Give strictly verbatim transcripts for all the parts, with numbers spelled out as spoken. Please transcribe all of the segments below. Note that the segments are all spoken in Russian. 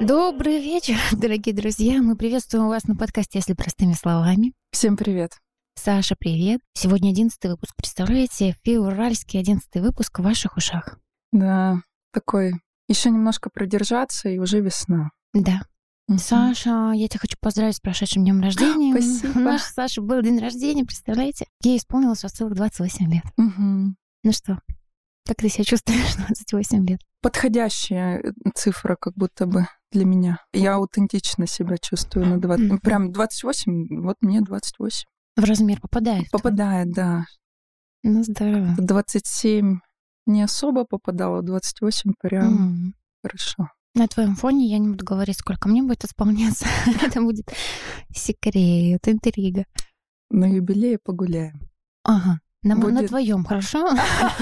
Добрый вечер, дорогие друзья. Мы приветствуем вас на подкасте «Если простыми словами». Всем привет. Саша, привет. Сегодня одиннадцатый выпуск. Представляете, февральский одиннадцатый выпуск в ваших ушах. Да, такой еще немножко продержаться, и уже весна. Да. Мгм. Саша, я тебя хочу поздравить с прошедшим днем рождения. Спасибо. У нашей Саши был день рождения, представляете? Ей исполнилось аж целых двадцать восемь лет. Мгм. Ну что, как ты себя чувствуешь в двадцать восемь лет? Подходящая э, цифра как будто бы для меня. Я аутентично себя чувствую на двадцать. Мгм. Прям двадцать восемь, вот мне двадцать восемь. В размер попадает? в твой? Попадает, да. Ну, здорово. двадцать семь не особо попадало, двадцать восемь прям М. хорошо. На твоем фоне я не буду говорить, сколько мне будет исполняться. Это будет секрет, интрига. На юбилее погуляем. Ага, на, мо- на Будет. твоем, хорошо?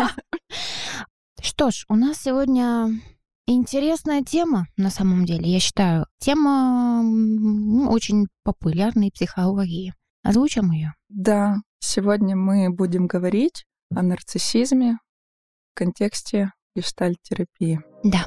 Что ж, у нас сегодня интересная тема, на самом деле, я считаю. Тема м, очень популярной психологии. Озвучим ее. Да, сегодня мы будем говорить о нарциссизме в контексте гештальт-терапии. Да.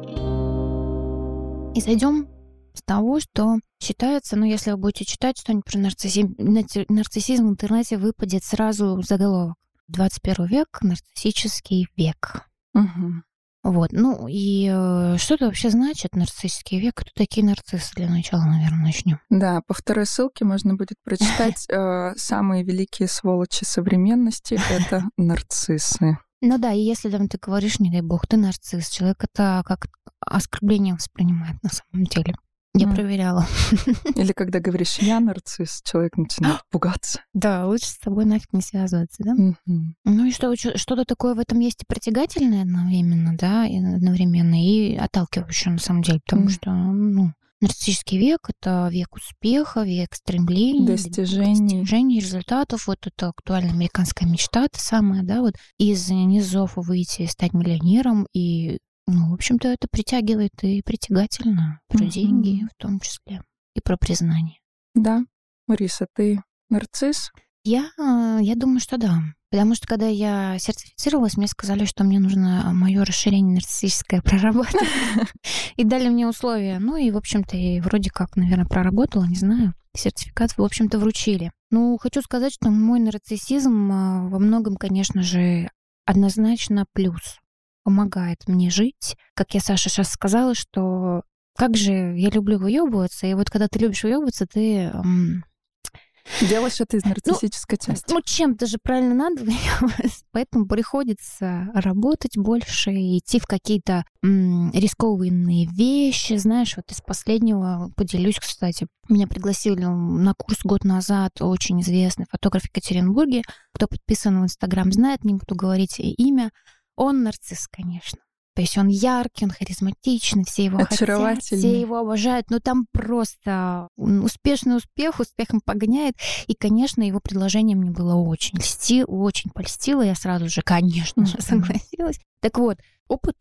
И зайдем с того, что считается, ну, если вы будете читать что-нибудь про нарциссизм, нарциссизм в интернете, выпадет сразу заголовок. двадцать первый век, нарциссический век. Мгм. Вот, ну и э, что это вообще значит, нарциссический век? Кто такие нарциссы? Для начала, наверное, начнем. Да, по второй ссылке можно будет прочитать э, самые великие сволочи современности — это нарциссы. Ну да, и если там ты говоришь, не дай бог, ты нарцисс, человек это как оскорбление воспринимает на самом деле. Я М. проверяла. Или когда говоришь «я нарцисс», человек начинает пугаться. Да, лучше с тобой нафиг не связываться, да? Мгм. Ну и что, чё- что-то такое в этом есть и притягательное одновременно, да, и одновременно, и отталкивающее на самом деле, потому М. что, ну, нарциссический век — это век успеха, век стремлений, Достижений. достижений, результатов. Вот это актуальная американская мечта, та самая, да, вот из низов выйти и стать миллионером. И, ну, в общем-то, это притягивает и притягательно. Про Мгм. деньги в том числе, и про признание. Да. Мариса, ты нарцисс? Я, а, я думаю, что да. Потому что когда я сертифицировалась, мне сказали, что мне нужно мое расширение нарциссическое проработать. И дали мне условия. Ну и, в общем-то, и вроде как, наверное, проработала, не знаю. Сертификат, в общем-то, вручили. Ну, хочу сказать, что мой нарциссизм а, во многом, конечно же, однозначно плюс. Помогает мне жить. Как я Саше сейчас сказала, что как же я люблю выебываться. И вот когда ты любишь выебываться, ты... м, Делаешь это из нарциссической части. ну, чем-то же правильно надо выебываться. Поэтому приходится работать больше, идти в какие-то м, рискованные вещи. Знаешь, вот из последнего поделюсь, кстати. Меня пригласили на курс год назад очень известный фотограф в Екатеринбурге. Кто подписан в Инстаграм, знает, не буду говорить имя. Он нарцисс, конечно. То есть он яркий, он харизматичный, все его хотят, Очаровательный. все его обожают, но там просто м, успешный успех, успехом погоняет. И, конечно, его предложение мне было очень льсти, очень польстило. Я сразу же, конечно же, Мгм. согласилась. Так вот, опыт,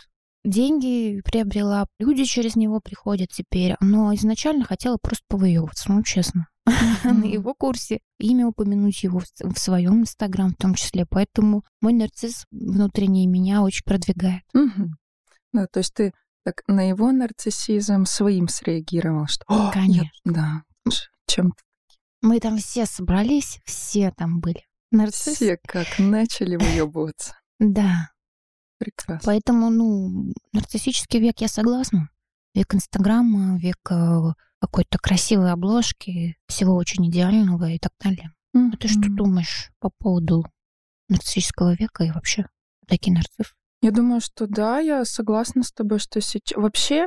деньги приобрела, люди через него приходят теперь. Но изначально хотела просто повыебываться, ну, честно. На Мгм. его курсе имя упомянуть его в, в своем Инстаграм в том числе. Поэтому мой нарцисс внутренний меня очень продвигает. Мгм. Да, то есть ты так на его нарциссизм своим среагировал, что «О, я-» Конечно. Да, ш- чем Мы там все собрались, все там были. Нарциссы. все как начали выебываться. Да. Прекрасно. Поэтому, ну, нарциссический век, я согласна. Век Инстаграма, век э, какой-то красивой обложки, всего очень идеального и так далее. А ты что Мгм. думаешь по поводу нарциссического века и вообще такие нарциссы? Я думаю, что да, я согласна с тобой, что сейчас вообще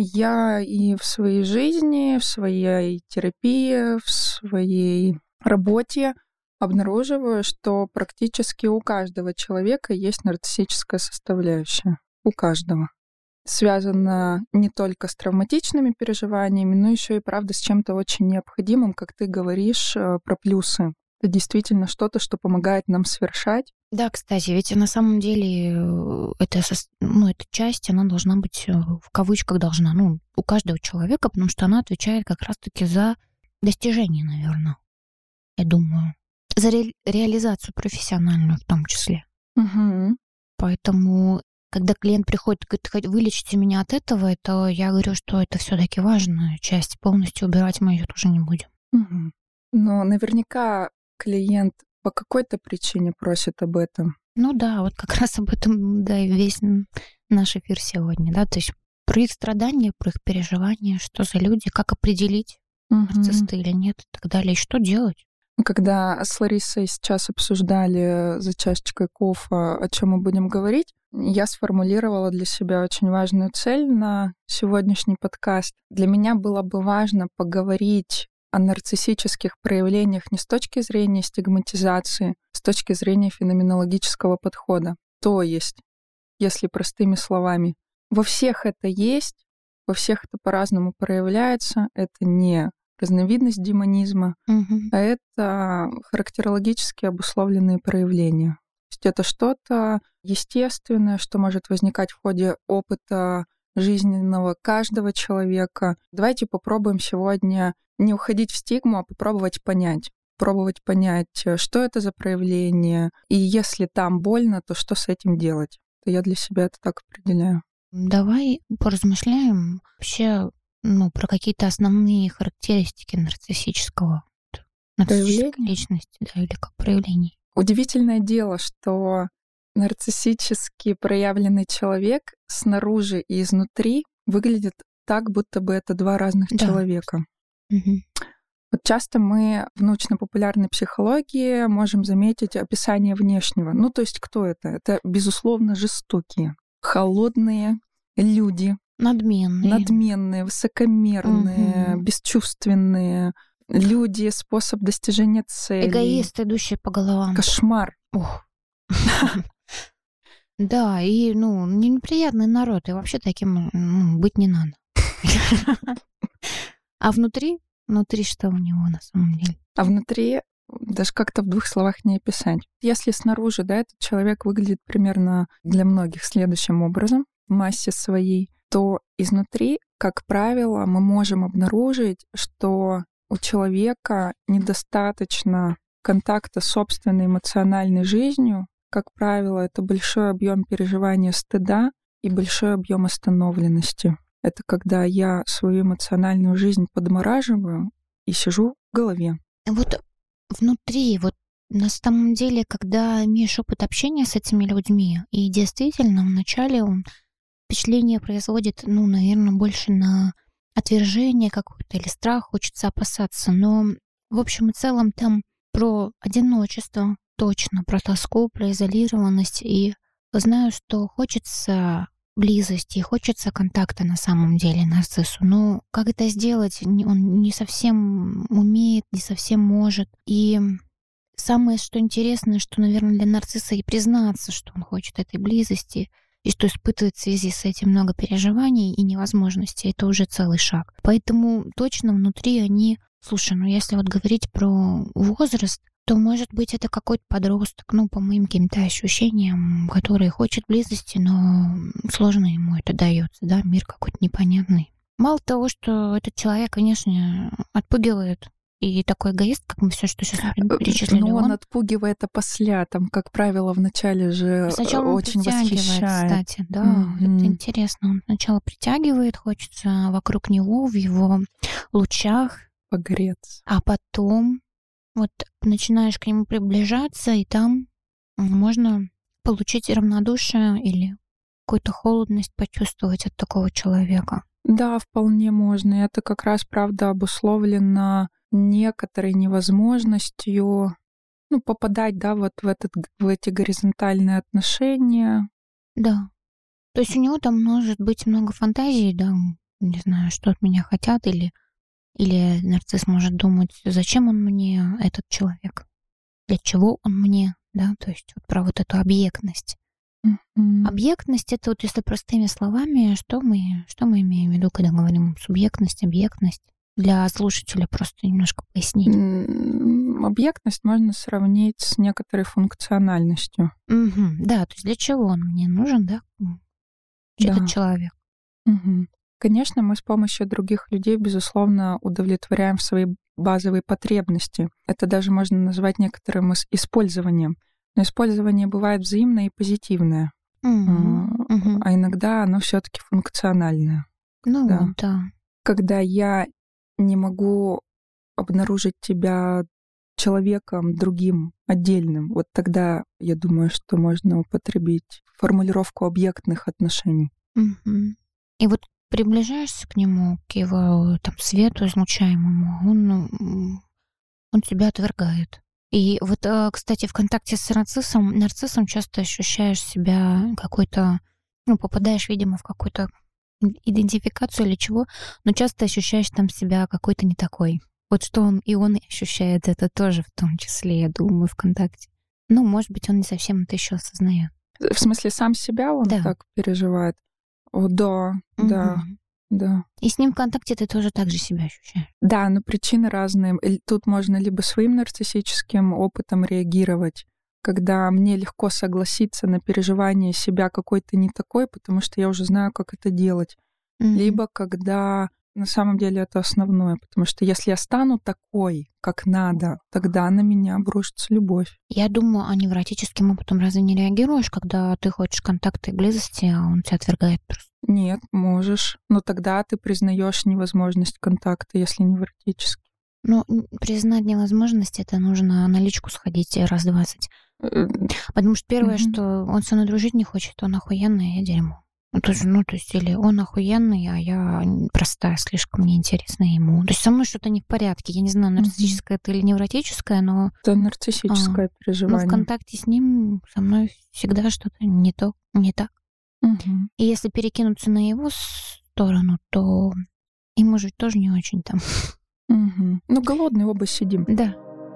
я и в своей жизни, в своей терапии, в своей работе обнаруживаю, что практически у каждого человека есть нарциссическая составляющая. У каждого. Связано не только с травматичными переживаниями, но еще и, правда, с чем-то очень необходимым, как ты говоришь, э, про плюсы. Это действительно что-то, что помогает нам свершать. Да, кстати, ведь на самом деле э, эта, сос- ну, эта часть, она должна быть э, в кавычках должна, ну, у каждого человека, потому что она отвечает как раз-таки за достижение, наверное, я думаю. За ре- реализацию профессиональную в том числе. Мгм. Поэтому когда клиент приходит и говорит: «Хоть вылечите меня от этого», то я говорю, что это все-таки важная часть. Полностью убирать мы ее тоже не будем. Угу. Но наверняка клиент по какой-то причине просит об этом. Ну да, вот как раз об этом, да, и весь наш эфир сегодня, да, то есть про их страдания, про их переживания, что за люди, как определить, Угу. нарциссисты или нет, и так далее, и что делать. Когда с Ларисой сейчас обсуждали за чашечкой кофе, о чем мы будем говорить, я сформулировала для себя очень важную цель на сегодняшний подкаст. Для меня было бы важно поговорить о нарциссических проявлениях не с точки зрения стигматизации, с точки зрения феноменологического подхода. То есть, если простыми словами, во всех это есть, во всех это по-разному проявляется, это не разновидность демонизма, Угу. а это характерологически обусловленные проявления. То есть это что-то естественное, что может возникать в ходе опыта жизненного каждого человека. Давайте попробуем сегодня не уходить в стигму, а попробовать понять. Пробовать понять, что это за проявление, и если там больно, то что с этим делать. То я для себя это так определяю. Давай поразмышляем вообще, ну, про какие-то основные характеристики нарциссического, нарциссической Проявление? личности, да, или как проявлений. Удивительное дело, что нарциссически проявленный человек снаружи и изнутри выглядит так, будто бы это два разных Да. человека. Угу. Вот часто мы в научно-популярной психологии можем заметить описание внешнего. Ну, то есть кто это? Это, безусловно, жестокие, холодные люди, Надменные. надменные, высокомерные, Мгм. бесчувственные люди, способ достижения цели. Эгоисты, идущие по головам. Кошмар. Ох. Да, и, ну, неприятный народ, и вообще таким, ну, быть не надо. А внутри? Внутри что у него на самом деле? А внутри даже как-то в двух словах не описать. Если снаружи, да, этот человек выглядит примерно для многих следующим образом, в массе своей, то изнутри, как правило, мы можем обнаружить, что у человека недостаточно контакта с собственной эмоциональной жизнью. Как правило, это большой объем переживания стыда и большой объем остановленности. Это когда я свою эмоциональную жизнь подмораживаю и сижу в голове. Вот внутри, вот на самом деле, когда имеешь опыт общения с этими людьми, и действительно вначале он впечатление производит, ну, наверное, больше на отвержение какое-то или страх, хочется опасаться. Но в общем и целом там про одиночество, точно, про тоску, про изолированность. И знаю, что хочется близости, хочется контакта на самом деле нарциссу. Но как это сделать, он не совсем умеет, не совсем может. И самое, что интересно, что, наверное, для нарцисса и признаться, что он хочет этой близости, и что испытывает в связи с этим много переживаний и невозможностей, это уже целый шаг. Поэтому точно внутри они... Слушай, ну если вот говорить про возраст, то, может быть, это какой-то подросток, ну, по моим каким-то ощущениям, который хочет близости, но сложно ему это дается, да, мир какой-то непонятный. Мало того, что этот человек, конечно, отпугивает, и такой эгоист, как мы все, что сейчас перечислили, Но он, он отпугивает опосля, там, как правило, вначале же сначала он очень притягивает, восхищает. кстати, да, Мгм. это интересно. Он сначала притягивает, хочется вокруг него, в его лучах, Погреться. а потом вот начинаешь к нему приближаться, и там можно получить равнодушие или какую-то холодность почувствовать от такого человека. Да, вполне можно. И это как раз, правда, обусловлено некоторой невозможностью, ну, попадать, да, вот в, этот, в эти горизонтальные отношения. Да. То есть у него там может быть много фантазий, да, не знаю, что от меня хотят, или, или нарцисс может думать, зачем он мне, этот человек, для чего он мне, да, то есть вот про вот эту объектность. Мгм. Объектность — это вот если простыми словами, что мы, что мы имеем в виду, когда говорим субъектность, объектность? Для слушателя просто немножко пояснить. М, Объектность можно сравнить с некоторой функциональностью. Мгм. Да, то есть для чего он мне нужен, да, м, этот Да. человек? Мгм. Конечно, мы с помощью других людей, безусловно, удовлетворяем свои базовые потребности. Это даже можно назвать некоторым ис- использованием. Но использование бывает взаимное и позитивное. Мгм. Мгм. а иногда оно все-таки функциональное. Ну Да. вот, да. Когда я не могу обнаружить тебя человеком другим, отдельным, вот тогда я думаю, что можно употребить формулировку объектных отношений. Мгм. И вот приближаешься к нему, к его там свету излучаемому, а он, ну, м, он тебя отвергает. И вот, э, кстати, в контакте с нарциссом, нарциссом часто ощущаешь себя какой-то, ну, попадаешь, видимо, в какую-то ид- идентификацию или чего, но часто ощущаешь там себя какой-то не такой. Вот что он, и он ощущает это тоже в том числе, я думаю, в контакте. Ну, может быть, он не совсем это еще осознает. В смысле, сам себя он Да. так переживает? О, да, да, Мгм. да. И с ним в контакте ты тоже так же себя ощущаешь. Да, но причины разные. Иль- Тут можно либо своим нарциссическим опытом реагировать, когда мне легко согласиться на переживание себя какой-то не такой, потому что я уже знаю, как это делать. Мгм. Либо когда на самом деле это основное, потому что если я стану такой, как надо, тогда на меня обрушится любовь. Я думаю, а невротическим опытом разве не реагируешь, когда ты хочешь контакта и близости, а он тебя отвергает просто? Нет, можешь, но тогда ты признаешь невозможность контакта, если невротически. Ну, н- признать невозможность, это нужно на личку сходить раз двадцать. Э, Потому что первое, мгм. что он со мной дружить не хочет, он охуенный, а я дерьмо. Ну, то есть, ну, то есть, или он охуенный, а я н- простая, слишком неинтересна ему. То есть со мной что-то не в порядке. Я не знаю, Мгм. нарциссическое это или невротическое, но, Это нарциссическое но в переживание. контакте с ним со мной всегда что-то не то, не так. Мгм. И если перекинуться на его сторону, то ему же тоже не очень там. Мгм. Ну, голодные оба сидим. Да.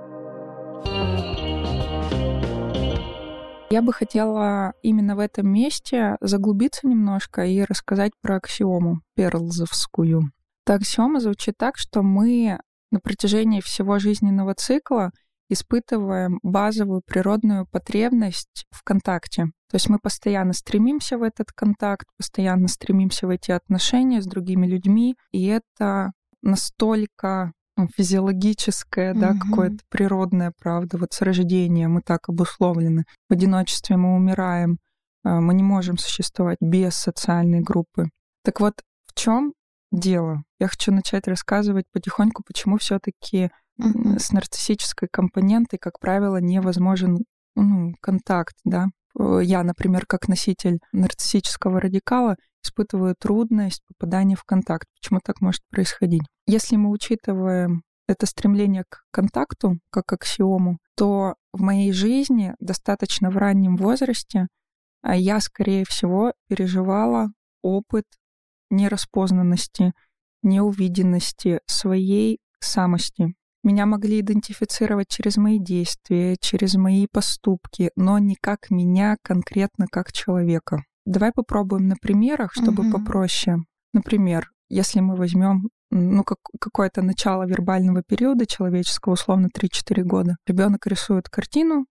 Я бы хотела именно в этом месте заглубиться немножко и рассказать про аксиому перлзовскую. Эта аксиома звучит так, что мы на протяжении всего жизненного цикла испытываем базовую природную потребность в контакте. То есть мы постоянно стремимся в этот контакт, постоянно стремимся в эти отношения с другими людьми, и это настолько ну, физиологическое, да, Мгм. какое-то природное, правда, вот с рождения мы так обусловлены. В одиночестве мы умираем, а, мы не можем существовать без социальной группы. Так вот, в чем дело? Я хочу начать рассказывать потихоньку, почему все-таки Мгм. с нарциссической компонентой, как правило, невозможен ну, контакт, да. Э, Я, например, как носитель нарциссического радикала, испытываю трудность попадания в контакт. Почему так может происходить? Если мы учитываем это стремление к контакту как аксиому, то в моей жизни достаточно в раннем возрасте а я, скорее всего, переживала опыт нераспознанности, неувиденности своей самости. Меня могли идентифицировать через мои действия, через мои поступки, но не как меня конкретно как человека. Давай попробуем на примерах, чтобы Мгм. попроще. Например, если мы возьмем ну, как, какое-то начало вербального периода человеческого, условно три-четыре года, ребенок рисует картину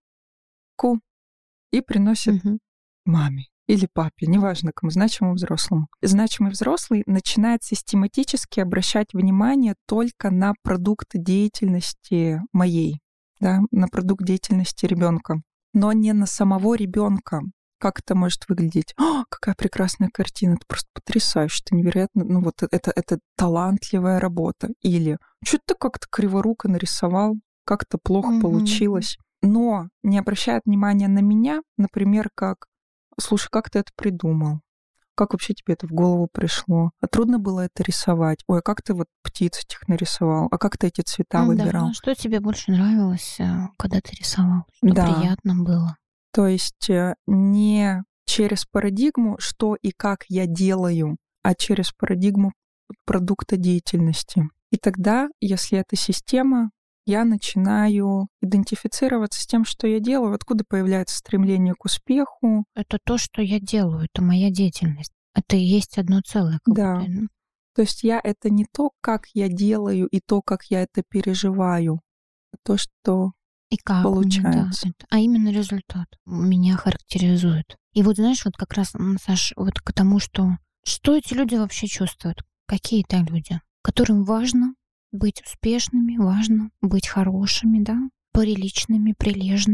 ку и приносит Мгм. маме или папе, неважно кому, значимому взрослому. Значимый взрослый начинает систематически обращать внимание только на продукт деятельности моей, да, на продукт деятельности ребенка, но не на самого ребенка. Как это может выглядеть? О, какая прекрасная картина, это просто потрясающе, это невероятно, ну вот это, это талантливая работа. Или что-то как-то криворуко нарисовал, как-то плохо Мгм. получилось. Но не обращает внимания на меня, например, как «Слушай, как ты это придумал? Как вообще тебе это в голову пришло? А трудно было это рисовать? Ой, а как ты вот птиц этих нарисовал? А как ты эти цвета М, выбирал?» Да, что тебе больше нравилось, э, когда ты рисовал? Что Да, приятно было? то есть э, не через парадигму, что и как я делаю, а через парадигму продукта деятельности. И тогда, если это система, я начинаю идентифицироваться с тем, что я делаю, откуда появляется стремление к успеху. Это то, что я делаю, это моя деятельность. Это и есть одно целое, как Да, будто. ну, то есть я это не то, как я делаю, и то, как я это переживаю, а то, что И как мне, да, получается. это, а именно результат меня характеризует. И вот знаешь, вот как раз, м, Саш, вот к тому, что что эти люди вообще чувствуют? Какие это люди, которым важно быть успешными, важно быть хорошими, да, приличными, прилежными,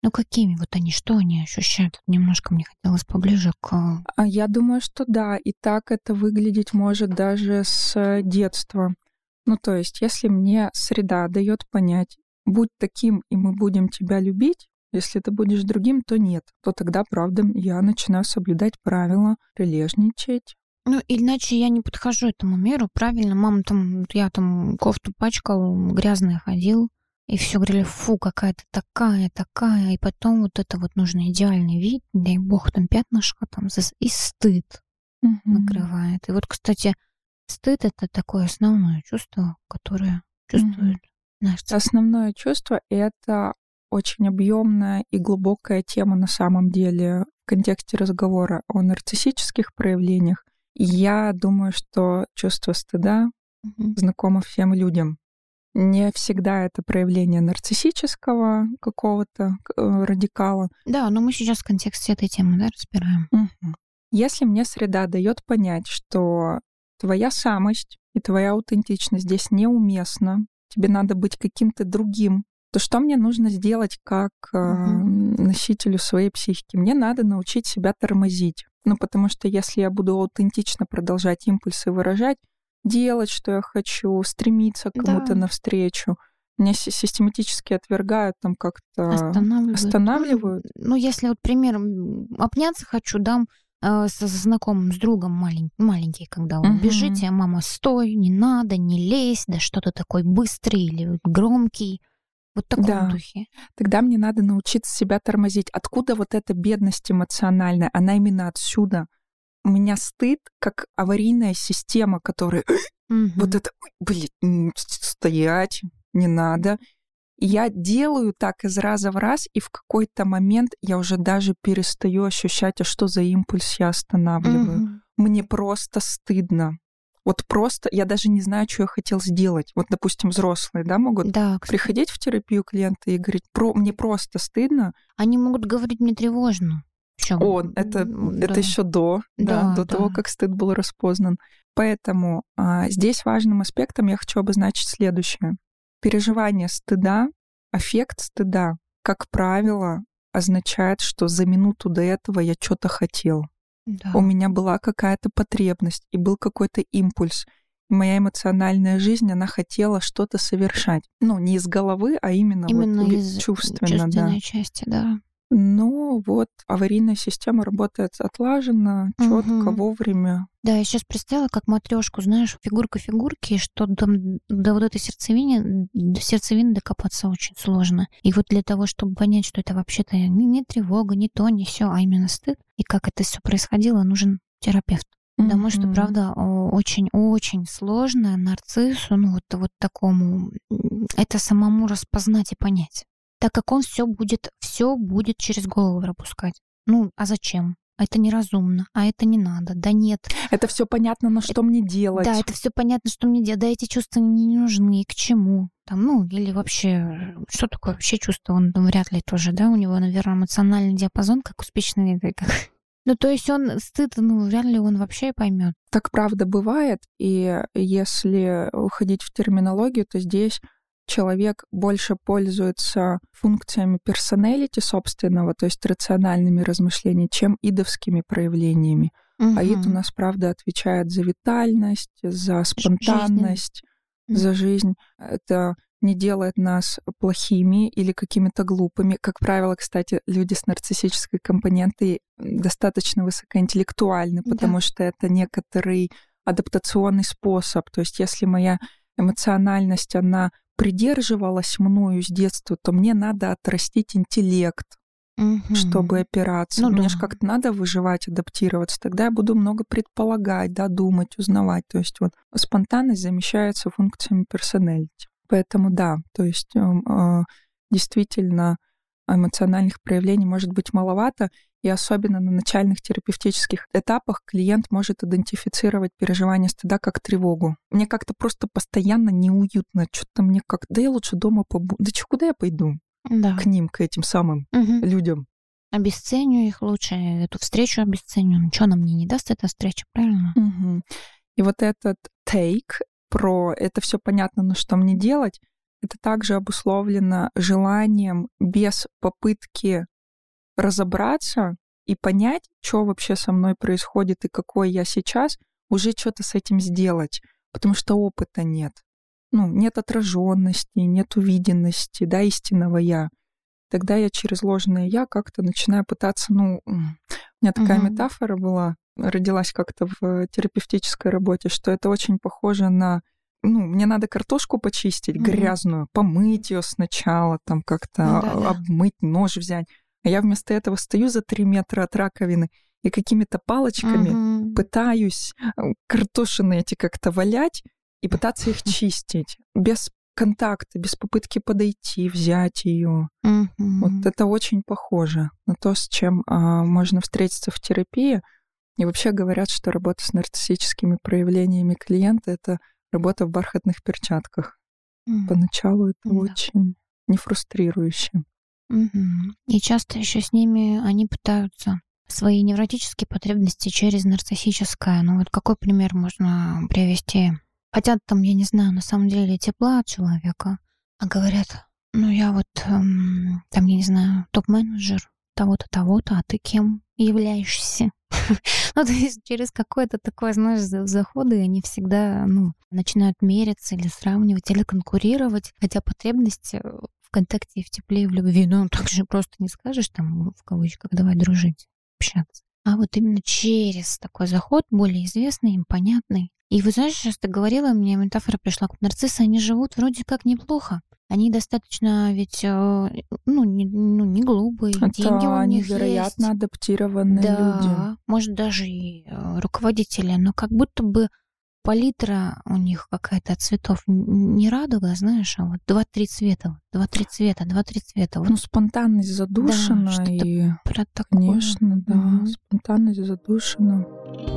Ну, какими вот они, что они ощущают? Немножко мне хотелось поближе к... А я думаю, что да, и так это выглядеть может даже с детства. Ну, то есть, если мне среда дает понять, будь таким, и мы будем тебя любить, если ты будешь другим, то нет, то тогда, правда, я начинаю соблюдать правила, прилежничать. Ну, иначе я не подхожу этому миру, правильно? Мама там, я там кофту пачкал, грязная ходил, и все говорили, фу, какая ты такая, такая, и потом вот это вот нужно идеальный вид, дай бог, там пятнышко, там, и стыд Мгм. накрывает. И вот, кстати, стыд — это такое основное чувство, которое чувствует наш человек. Основное чувство — это очень объемная и глубокая тема на самом деле в контексте разговора о нарциссических проявлениях. И я думаю, что чувство стыда Мгм. знакомо всем людям. Не всегда это проявление нарциссического какого-то э, радикала. Да, но мы сейчас в контексте этой темы, да, разбираем. Мгм. Если мне среда дает понять, что твоя самость и твоя аутентичность здесь неуместна, тебе надо быть каким-то другим, то что мне нужно сделать как э, Мгм. носителю своей психики? Мне надо научить себя тормозить. Ну, потому что если я буду аутентично продолжать импульсы выражать, делать, что я хочу, стремиться к кому-то Да. навстречу, меня си- систематически отвергают, там как-то Останавливают. останавливают. Ну, ну, если вот, примером, обняться хочу, дам э, со знакомым, с другом малень- маленький, когда он Мгм. бежите, а мама, стой, не надо, не лезь, да что ты такой быстрый или вот громкий. Вот в таком Да. духе. Тогда мне надо научиться себя тормозить. Откуда вот эта бедность эмоциональная? Она именно отсюда. У меня стыд как аварийная система, которая Мгм. вот это, блин, м, стоять, не надо. И я делаю так из раза в раз, и в какой-то момент я уже даже перестаю ощущать, а что за импульс я останавливаю. Мгм. Мне просто стыдно. Вот просто я даже не знаю, что я хотел сделать. Вот, допустим, взрослые, да, могут Да, кстати. приходить в терапию клиенты и говорить, про, мне просто стыдно. Они могут говорить, мне тревожно. Всё. О, это, М, это да. еще до, да, Да, до того, да. как стыд был распознан. Поэтому а, здесь важным аспектом я хочу обозначить следующее. Переживание стыда, аффект стыда, как правило, означает, что за минуту до этого я что-то хотел. Да. У меня была какая-то потребность, и был какой-то импульс. И моя эмоциональная жизнь, она хотела что-то совершать. Ну, не из головы, а именно, Именно вот ли- из чувственно, да. чувственной части, да. Но вот аварийная система работает отлаженно, четко, Мгм. вовремя. Да, я сейчас представила, как матрешку, знаешь, фигурка фигурки, что там до вот этой сердцевины, до сердцевины докопаться очень сложно. И вот для того, чтобы понять, что это вообще-то не, не тревога, не то, не все, а именно стыд, и как это все происходило, нужен терапевт. Потому что, Мгм. правда, о, очень-очень сложно нарциссу, ну вот, вот такому, м, это самому распознать и понять. Так как он все будет, все будет через голову пропускать. Ну, а зачем? Это неразумно, а это не надо. Да нет. Это все понятно, но что мне делать? Да, это все понятно, что мне делать. Да, эти чувства мне не нужны. И к чему? Там, ну, или вообще, что такое вообще чувство? Он ну, вряд ли тоже, да, у него, наверное, эмоциональный диапазон, как у спичной игры. Как... Ну, то есть он стыд, ну, вряд ли он вообще поймет. Так правда бывает, и если уходить в терминологию, то здесь человек больше пользуется функциями персоналити собственного, то есть рациональными размышлениями, чем идовскими проявлениями. А ид у нас, правда, отвечает за витальность, за спонтанность, Жизнь. за жизнь. Это не делает нас плохими или какими-то глупыми. Как правило, кстати, люди с нарциссической компонентой достаточно высокоинтеллектуальны, потому Да. что это некоторый адаптационный способ. То есть если моя эмоциональность, она придерживалась мною с детства, то мне надо отрастить интеллект, Мгм. чтобы опираться. Ну Мне да. же как-то надо выживать, адаптироваться. Тогда я буду много предполагать, да, думать, узнавать. То есть вот спонтанность замещается функциями персоналити. Поэтому да, то есть э, э, действительно эмоциональных проявлений может быть маловато, и особенно на начальных терапевтических этапах клиент может идентифицировать переживание стыда как тревогу. Мне как-то просто постоянно неуютно, что-то мне как... Да я лучше дома побуду. Да что, куда я пойду? Да. К ним, к этим самым Мгм. людям. Обесценю их лучше, эту встречу обесценю. Ничего нам мне не даст эта встреча, правильно? Мгм. И вот этот take про это все понятно, но что мне делать, это также обусловлено желанием без попытки разобраться и понять, что вообще со мной происходит и какой я сейчас, уже что-то с этим сделать, потому что опыта нет. Ну, нет отраженности, нет увиденности, да, истинного я. Тогда я через ложное я как-то начинаю пытаться, ну, у меня такая Мгм. метафора была, родилась как-то в терапевтической работе, что это очень похоже на, ну, мне надо картошку почистить, Мгм. грязную, помыть ее сначала, там как-то Ну да-да. обмыть, нож взять. А я вместо этого стою за три метра от раковины и какими-то палочками Мгм. пытаюсь э, картошины эти как-то валять и пытаться их чистить без контакта, без попытки подойти, взять ее. Вот Мгм. это очень похоже на то, с чем а, можно встретиться в терапии. И вообще говорят, что работа с нарциссическими проявлениями клиента — это работа в бархатных перчатках. М. Поначалу это Да. очень нефрустрирующе. Мгм. И часто еще с ними они пытаются свои невротические потребности через нарциссическое. Ну вот какой пример можно привести? Хотят там, я не знаю, на самом деле тепла от человека, а говорят, ну я вот эм, там, я не знаю, топ-менеджер того-то, того-то, а ты кем являешься? Ну, то есть через какое-то такое, знаешь, за- заходы они всегда, ну, начинают мериться или сравнивать, или конкурировать, хотя потребности э, в контакте и в тепле, и в любви, ну, так же просто не скажешь, там, в кавычках, давай дружить, общаться. А вот именно через такой заход, более известный им, понятный. И вы знаешь, сейчас ты говорила, мне метафора пришла, как нарциссы, они живут вроде как неплохо. Они достаточно ведь, э, ну, не, ну, не глупые, деньги у Это них невероятно есть. адаптированные люди. Да, может, даже и э, руководители, но как будто бы палитра у них какая-то цветов н- не радуга, знаешь, а вот два-три цвета, вот два-три цвета, два-три цвета. Вот, Ну, спонтанность да, задушена, что-то и, про такое. конечно, да, Мгм. спонтанность задушена.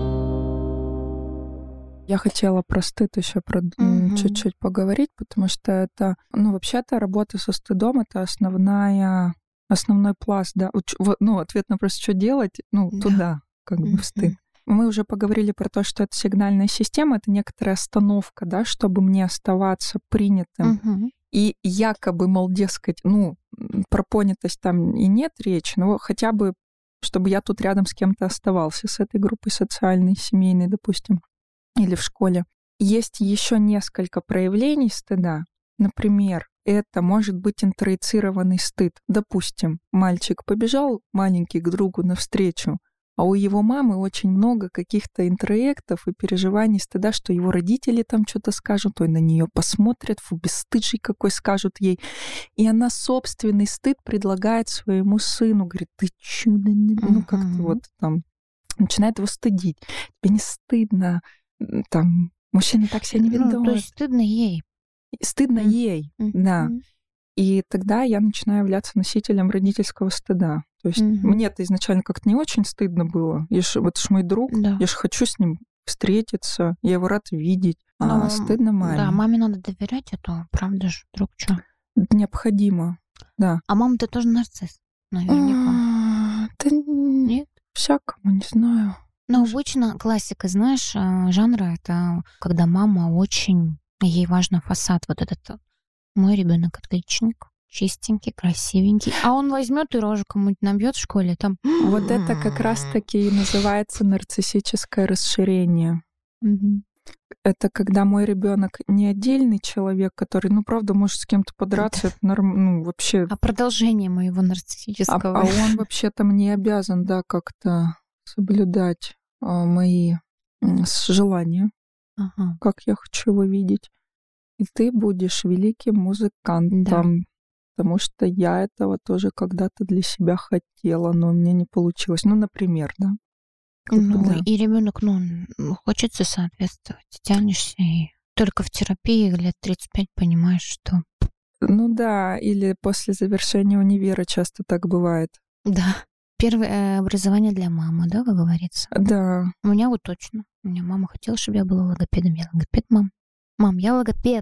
Я хотела про стыд еще про м, Мгм. чуть-чуть поговорить, потому что это, ну, вообще-то работа со стыдом — это основная, основной пласт, да. Вот ч- вот, ну, ответ на вопрос, что делать, ну, Да. туда, как бы в стыд. Мгм. Мы уже поговорили про то, что это сигнальная система, это некоторая остановка, да, чтобы мне оставаться принятым. Мгм. И якобы, мол, дескать, ну, м, про понятость там и нет речи, но хотя бы, чтобы я тут рядом с кем-то оставался, с этой группой социальной, семейной, допустим, или в школе. Есть еще несколько проявлений стыда. Например, это может быть интроицированный стыд. Допустим, мальчик побежал маленький к другу навстречу, а у его мамы очень много каких-то интроектов и переживаний стыда, что его родители там что-то скажут, ой, на нее посмотрят, фу, бесстыжий какой, скажут ей. И она собственный стыд предлагает своему сыну, говорит, ты чё, да не-» ну как-то Мгм. вот там начинает его стыдить. Тебе не стыдно, м, там, мужчины так себя не Ну, то ведут. есть стыдно ей. И стыдно М. ей, да. Мгм. И тогда я начинаю являться носителем родительского стыда. То есть Мгм. мне-то изначально как-то не очень стыдно было. Я ж, вот ж мой друг, Да. я же хочу с ним встретиться, я его рад видеть. А Ну, стыдно да, маме. маме надо доверять, а то, правда же, вдруг что. Это необходимо, да. А мама-то тоже нарцисс, наверняка. А, Да н- Нет? всякому, не знаю. Но Может, обычно классика, знаешь, а, жанра — это когда мама очень... Ей важен фасад вот этот. э, Мой ребенок отличник, чистенький, красивенький. А он возьмет и рожу кому-нибудь набьет в школе, там... вот это как раз-таки и называется нарциссическое расширение. Мгм. Это когда мой ребенок не отдельный человек, который, ну, правда, может с кем-то подраться, это норм, ну, вообще. А продолжение моего А, нарциссического. а он вообще-то мне обязан, да, как-то соблюдать а, мои м, с- желания, Ага. как я хочу его видеть. И ты будешь великим музыкантом, потому что я этого тоже когда-то для себя хотела, но у меня не получилось. Ну, например, да. Как бы Ну, да. и ребенок, ну, он, ну, хочется соответствовать, тянешься, и только в терапии лет тридцать пять понимаешь, что Ну да, или после завершения универа часто так бывает. да, первое э, образование для мамы, да, как говорится. Да, У меня вот точно. У меня мама хотела, чтобы я была логопедом. Я логопед, мам. Мам, я логопед.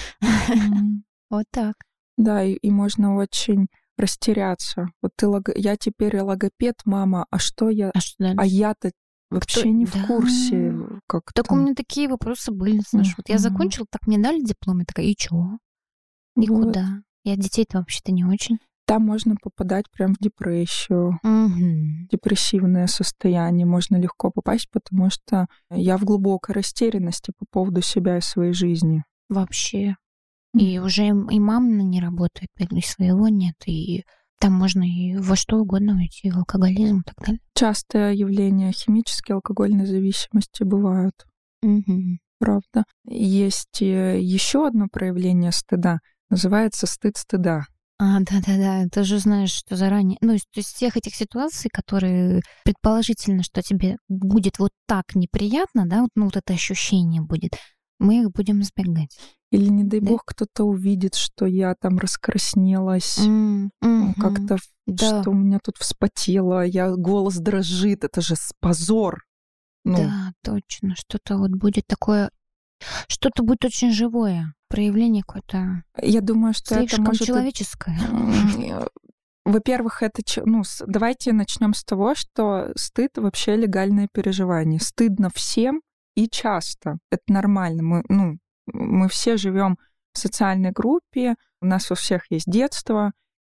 м, Вот так. да, и, и можно очень растеряться. Вот ты лого... я теперь логопед, мама, а что я, А что а дальше? я-то вообще Кто- не в Да. курсе, как Так у там. меня такие вопросы были, знаешь. Вот я Мгм. закончила, так мне дали диплом, я такая, и чё? Никуда. Вот. Я детей-то вообще-то не очень. Там можно попадать прям в депрессию, Угу. депрессивное состояние можно легко попасть, потому что я в глубокой растерянности по поводу себя и своей жизни. Вообще. И уже и мама не работает, и своего нет, и там можно и во что угодно уйти, в алкоголизм и так далее. Частое явление химической алкогольной зависимости бывают. Угу. Правда. Есть еще одно проявление стыда. Называется стыд стыда. А, да-да-да, ты же знаешь, что заранее... Ну, то есть всех этих ситуаций, которые предположительно, что тебе будет вот так неприятно, да, вот, ну, вот это ощущение будет, мы их будем избегать. Или, не дай Да? бог, кто-то увидит, что я там раскраснелась, М, ну, мгм. как-то, Да. что у меня тут вспотело, я, голос дрожит. Это же с- позор. Ну, Да, точно. Что-то вот будет такое... Что-то будет очень живое. Проявление какое-то я думаю, что это слишком может... человеческое. М, Во-первых, это... ч- Ну, с- давайте начнем с того, что стыд вообще легальное переживание. Стыдно всем и часто. Это нормально. Мы, ну, мы все живем в социальной группе, у нас у всех есть детство,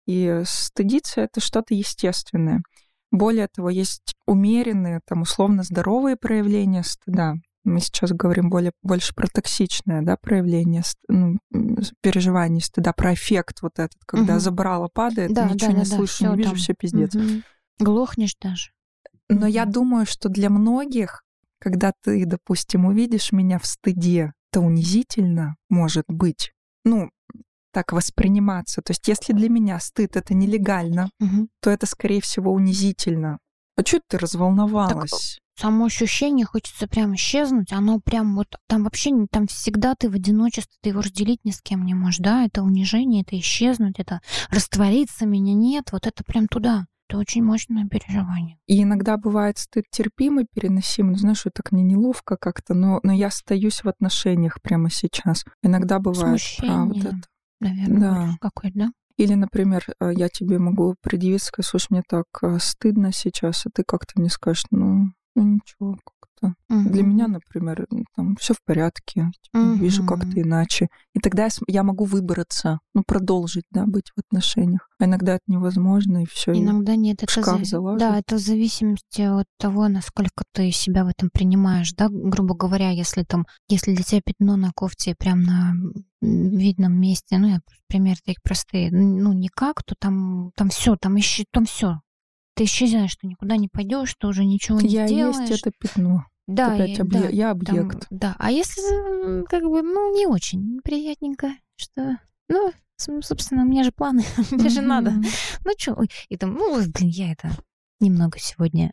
и стыдиться — это что-то естественное. Более того, есть умеренные, там, условно здоровые проявления стыда. Мы сейчас говорим более, больше про токсичное, да, проявление, ст- ну, м, переживание стыда, про эффект вот этот, когда Мгм. забрало падает, Да, ничего да, не да, да, слышу, всё не вижу, там. все пиздец. Мгм. Глохнешь даже. Но я Мгм. думаю, что для многих, когда ты, допустим, увидишь меня в стыде, то унизительно может быть. Ну, так восприниматься. То есть если для меня стыд — это нелегально, Мгм. то это, скорее всего, унизительно. А чё ты разволновалась? Само ощущение хочется прям исчезнуть, оно прям вот там вообще не- там всегда ты в одиночестве, ты его разделить ни с кем не можешь, да, это унижение, это исчезнуть, это раствориться, меня нет, вот это прям туда. Это очень мощное переживание. И иногда бывает стыд терпимый, переносимый. Знаешь, вот так мне неловко как-то, но, но я остаюсь в отношениях прямо сейчас. Иногда бывает, правда. Смущение, наверное, Да. ужас какой-то, да? Или, например, э, я тебе могу предъявить, сказать: слушай, мне так э, стыдно сейчас, а ты как-то мне скажешь: ну, ну ничего, как-то. Для меня, Мгм. например, м, там все в порядке, типа, вижу как-то Мгм. иначе. И тогда я, см- я могу выбраться, ну, продолжить, да, быть в отношениях. А иногда это невозможно, и все, и Иногда нет, в это шкаф зави- залажу. да, это в зависимости от того, насколько ты себя в этом принимаешь, да, грубо говоря, если там, если для тебя пятно на кофте прям на м, видном месте, ну, я пример такие простые, н- ну, никак, то там, там все, там ищи, там все. Ты исчезаешь, ты никуда не пойдешь, ты уже ничего не Я есть сделаешь. это пятно. Да, Опять и- объе- да, я там, объект. да. А если, м, как бы, ну, не очень приятненько, что, ну, с- собственно, у меня же планы, мне же надо. Мгм. Ну что, и там, ну, ой, блин, я это немного сегодня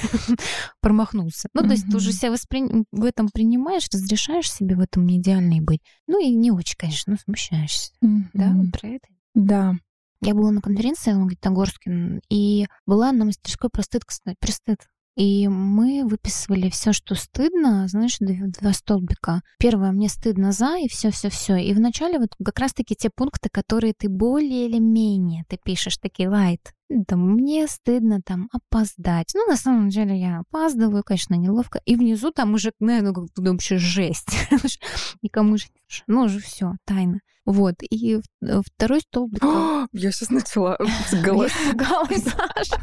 промахнулся. Ну, то есть ты уже Мгм. себя воспри- в этом принимаешь, разрешаешь себе в этом не идеальной быть. Ну и не очень, конечно, ну, смущаешься. Да, Мгм. вот про это. Да. Я была на конференции в Магнитогорске, м, и была на мастерской про стыд, кстати, про стыд. И мы выписывали все, что стыдно, знаешь, д- два столбика. Первое, мне стыдно за, и все, все, все. И вначале вот как раз-таки те пункты, которые ты более или менее, ты пишешь такие лайт. Там, мне стыдно там опоздать. Ну, на самом деле я опаздываю, конечно, неловко. И внизу там уже, ну, ну, как бы вообще жесть. Никому же не скажу. Ну, уже все, тайна. Вот. И в- второй столбик. О, я сейчас начала с Я голос. испугалась, Саша.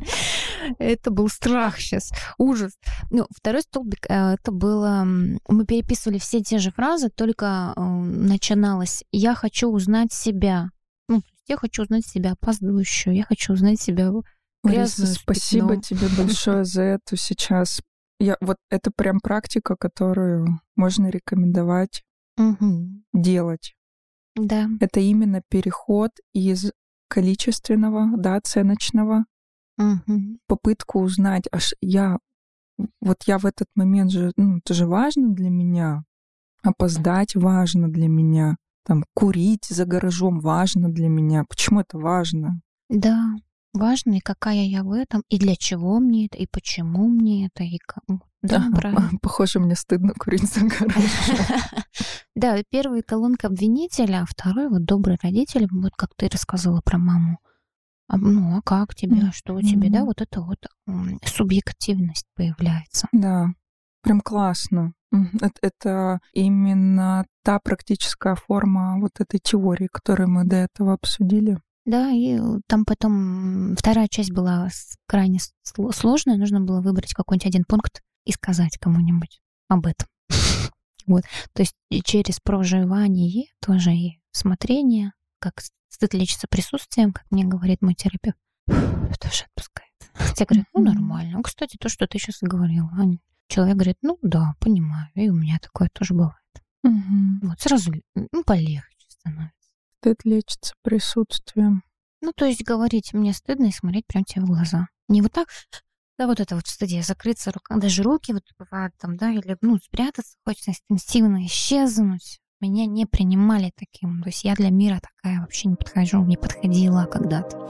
Это был страх сейчас, ужас. Ну, второй столбик, э, это было... м, Мы переписывали все те же фразы, только э, начиналось «Я хочу узнать себя». Ну, то есть я хочу узнать себя опаздывающую, я хочу узнать себя Лариса, грязную с спасибо пятном. тебе большое за эту сейчас. Я, вот это прям практика, которую можно рекомендовать Мгм. делать. Да. Это именно переход из количественного, да, оценочного, Мгм. попытку узнать, аж я, вот я в этот момент же, ну, это же важно для меня, опоздать важно для меня, там, курить за гаражом важно для меня. Почему это важно? Да. Важно, и какая я в этом, и для чего мне это, и почему мне это, и как... Да, правильно. Похоже, мне стыдно курить за гаражом. Да, первый колонка обвинителя, а второй вот добрый родитель, вот как ты рассказывала про маму. А, ну, а как тебе, что у тебя, да, Мгм. вот это вот м, субъективность появляется. Да, прям классно. Мгм. Это, это именно та практическая форма вот этой теории, которую мы до этого обсудили. Да, и там потом вторая часть была крайне сложная. Нужно было выбрать какой-нибудь один пункт и сказать кому-нибудь об этом. Вот. То есть через проживание тоже и смотрение, как стыд лечится присутствием, как мне говорит мой терапевт, тоже отпускает. Хотя говорят, ну нормально. Ну, кстати, то, что ты сейчас говорила. Человек говорит, ну да, понимаю. И у меня такое тоже бывает. Угу. Вот сразу ну, полегче становится. Стыд лечится присутствием. Ну, то есть говорить, мне стыдно, и смотреть прямо тебе в глаза. Не вот так, да, вот это вот в стыде, закрыться руками, даже руки вот бывают там, да, или, ну, спрятаться, хочется инстинктивно исчезнуть. Меня не принимали таким. То есть я для мира такая вообще не подхожу, не подходила когда-то.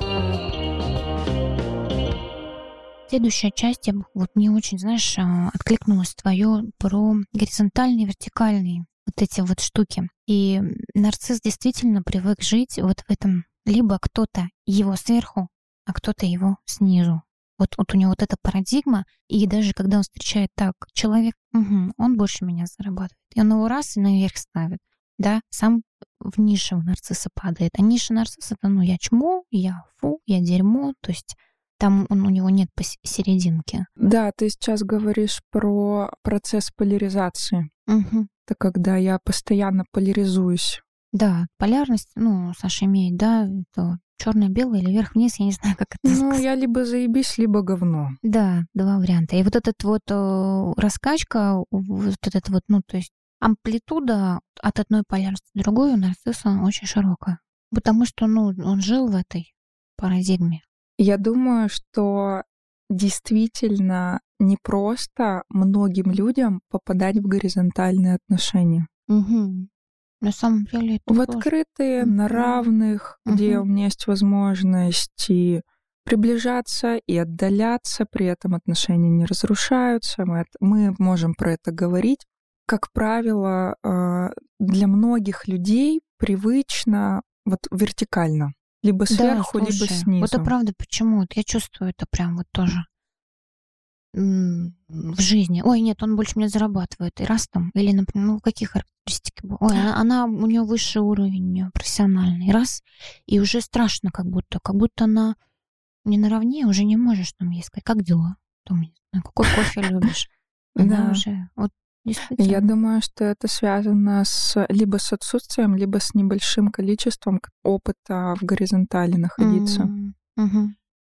Следующая часть, я, вот мне очень, знаешь, откликнулась твое про горизонтальные, вертикальные вот эти вот штуки. И нарцисс действительно привык жить вот в этом. Либо кто-то его сверху, а кто-то его снизу. Вот, вот у него вот эта парадигма, и даже когда он встречает так, человек, угу, он больше меня зарабатывает. И он его раз и наверх ставит. Да, сам в нише у нарцисса падает. А ниша нарцисса — это, ну, я чмо, я фу, я дерьмо. То есть там он, у него нет посерединки. Да, ты сейчас говоришь про процесс поляризации. Угу. Это когда я постоянно поляризуюсь. Да, полярность, ну, Саша имеет, да, это черно-белое или вверх-вниз, я не знаю, как это Ну, сказать. я либо заебись, либо говно. Да, два варианта. И вот этот вот э, раскачка, вот этот вот, ну, то есть амплитуда от одной полярности к другой у нарцисса очень широкая. Потому что, ну, он жил в этой парадигме. Я думаю, что действительно непросто многим людям попадать в горизонтальные отношения. Угу. На самом деле это В сложно. открытые, Мгм. на равных, где Мгм. у меня есть возможность и приближаться и отдаляться, при этом отношения не разрушаются. Мы, это- мы можем про это говорить. Как правило, э, для многих людей привычно вот вертикально. Либо сверху, Да, либо слушай, снизу. вот это правда, почему? Вот я чувствую это прям вот тоже м, в жизни. Ой, нет, он больше меня зарабатывает. И раз там, или, например, ну, какие характеристики были? Ой, она, она- у нее высший уровень у неё профессиональный. Раз, и уже страшно как будто. Как будто она не наравне, уже не можешь там ей сказать, как дела? Там, не знаю, какой кофе любишь? Она Да. уже, вот Я действительно. думаю, что это связано с либо с отсутствием, либо с небольшим количеством к- опыта в горизонтали находиться. М, мгм.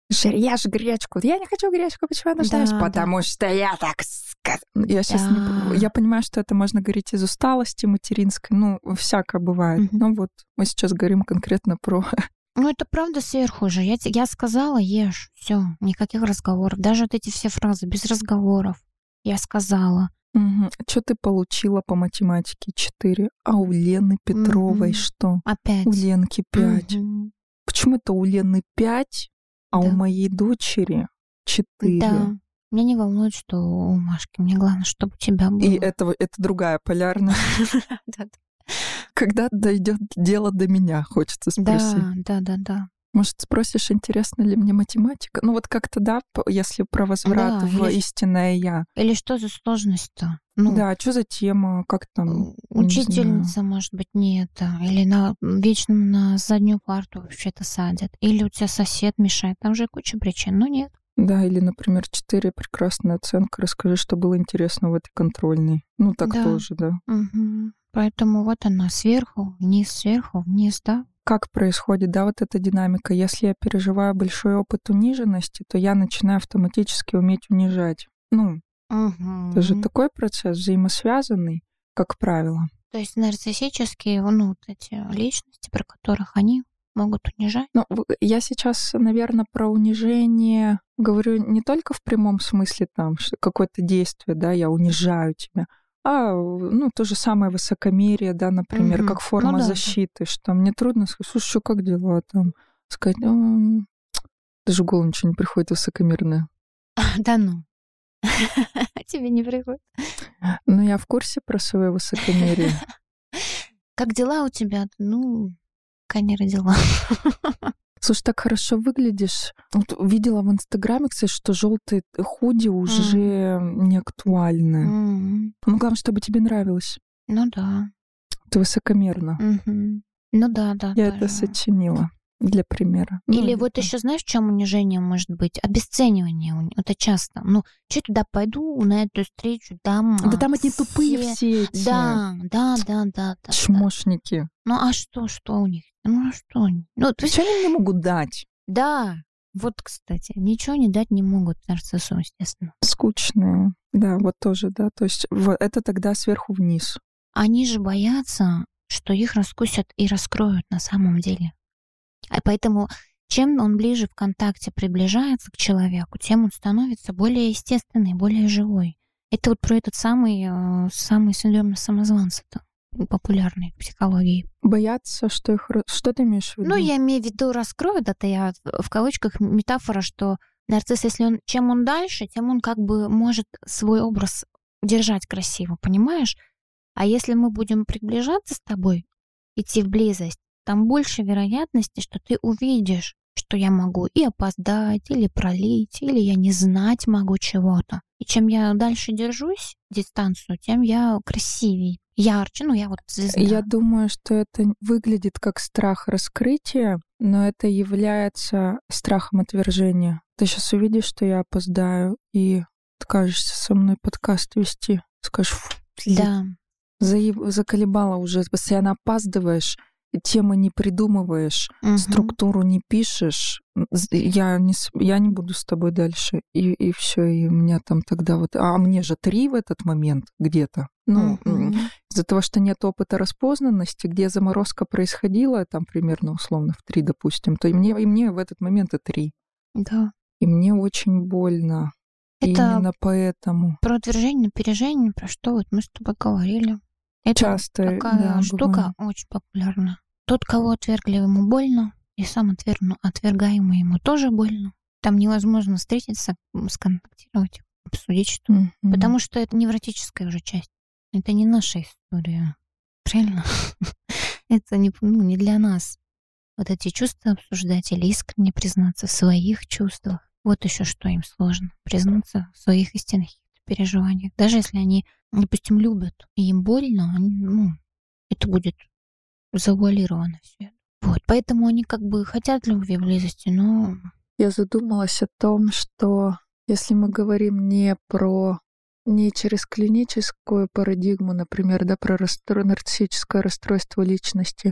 Ешь гречку. Я не хочу гречку. Почему я должна Да, есть? да. Потому что я так сказала. Я сейчас не... Да. п- Я понимаю, что это можно говорить из усталости материнской. Ну, всякое бывает. Мгм. Но вот мы сейчас говорим конкретно про... Ну, это правда сверху же. Я, те- я сказала, ешь, все, никаких разговоров. Даже вот эти все фразы без разговоров. Я сказала. Что ты получила по математике? Четыре. А у Лены Петровой Мгм. что? Опять. У Ленки пять. Мгм. Почему это у Лены пять, а Да. у моей дочери четыре? Да. Меня не волнует, что у Машки. Мне главное, чтобы у тебя было. И это, это другая полярность. Да, Когда дойдет дело до меня, хочется спросить. да, да, да, да. Может, спросишь, интересна ли мне математика? Ну вот как-то, да, п- если про возврат Да, в или- истинное я. Или что за сложность-то? Ну, Да, что за тема, как там? э, не учительница, может быть, не это. Или на, вечно на заднюю парту вообще-то садят. Или у тебя сосед мешает. Там же куча причин. Но нет. Да, или, например, четыре прекрасная оценка. Расскажи, что было интересно в этой контрольной. Ну так Да. тоже, да. Мгм. Поэтому вот она сверху, вниз, сверху, вниз, да? Как происходит, да, вот эта динамика? Если я переживаю большой опыт униженности, то я начинаю автоматически уметь унижать. Ну, это же Мгм. такой процесс взаимосвязанный, как правило. То есть нарциссические, ну, вот эти личности, про которых они могут унижать. Ну, в- я сейчас, наверное, про унижение говорю не только в прямом смысле, там, что какое-то действие, да, я унижаю тебя, а, ну, то же самое высокомерие, да, например, Мгм. как форма Ну да, да. защиты, что мне трудно сказать, слушай, что, как дела там? Сказать, «М, даже в голову ничего не приходит высокомерное. Да ну. Тебе не приходит. Но я в курсе про свое высокомерие. Как дела у тебя? Ну, пока не родила. Слушай, так хорошо выглядишь. Вот видела в Инстаграме, кстати, что желтые худи уже mm. не актуальны. Mm. Ну, главное, чтобы тебе нравилось. Ну да. Ты высокомерно. Mm-hmm. Ну да, да. Я тоже. это сочинила для примера. Или ну, вот это. Еще знаешь, в чем унижение может быть? Обесценивание. Это часто. Ну, что туда пойду на эту встречу, там... Да там одни тупые все эти. Да, да, да, да. да Чмошники. Да. Ну а что, что у них? Ну а что? Ну, то есть... Что они мне могут дать? Да. Вот, кстати, ничего не дать не могут нарциссу, естественно. Скучные. Да, вот тоже, да. То есть вот это тогда сверху вниз. Они же боятся, что их раскусят и раскроют на самом деле. А поэтому чем он ближе в контакте приближается к человеку, тем он становится более естественный, более живой. Это вот про этот самый, самый синдром самозванца-то, популярный в психологии. Боятся, что их... Что ты имеешь в виду? Ну, я имею в виду раскроют, это я в кавычках метафора, что нарцисс, если он... Чем он дальше, тем он как бы может свой образ держать красиво, понимаешь? А если мы будем приближаться с тобой, идти в близость, там больше вероятности, что ты увидишь, что я могу и опоздать, или пролить, или я не знать могу чего-то. И чем я дальше держусь, дистанцию, тем я красивее, ярче. Ну, я вот звезда. Я думаю, что это выглядит как страх раскрытия, но это является страхом отвержения. Ты сейчас увидишь, что я опоздаю, и откажешься со мной подкаст вести. Скажешь, фу, да. заеб... заколебала уже, постоянно опаздываешь, темы не придумываешь, угу. структуру не пишешь, я не, я не буду с тобой дальше. И, и все, и у меня там тогда вот... А мне же три в этот момент где-то. Ну, угу. из-за того, что нет опыта распознанности, где заморозка происходила, там примерно условно в три, допустим, то и мне, и мне в этот момент и три. Да. И мне очень больно. Это именно поэтому. Про отвержение, напережение, про что вот мы с тобой говорили. Это часто такая да, штука бывает. Очень популярна. Тот, кого отвергли, ему больно, и сам отвергну, отвергаемый ему тоже больно. Там невозможно встретиться, сконтактировать, обсудить что-то. Mm-hmm. Потому что это невротическая уже часть. Это не наша история. Правильно? Это не, ну, не для нас. Вот эти чувства обсуждать или искренне признаться в своих чувствах. Вот еще что им сложно. Признаться в своих истинных переживаниях. Даже если они, допустим, любят, и им больно, они, ну, это будет завуалировано все. Вот, поэтому они как бы хотят любви, близости, но... Я задумалась о том, что если мы говорим не про... не через клиническую парадигму, например, да, про расстрой... нарциссическое расстройство личности,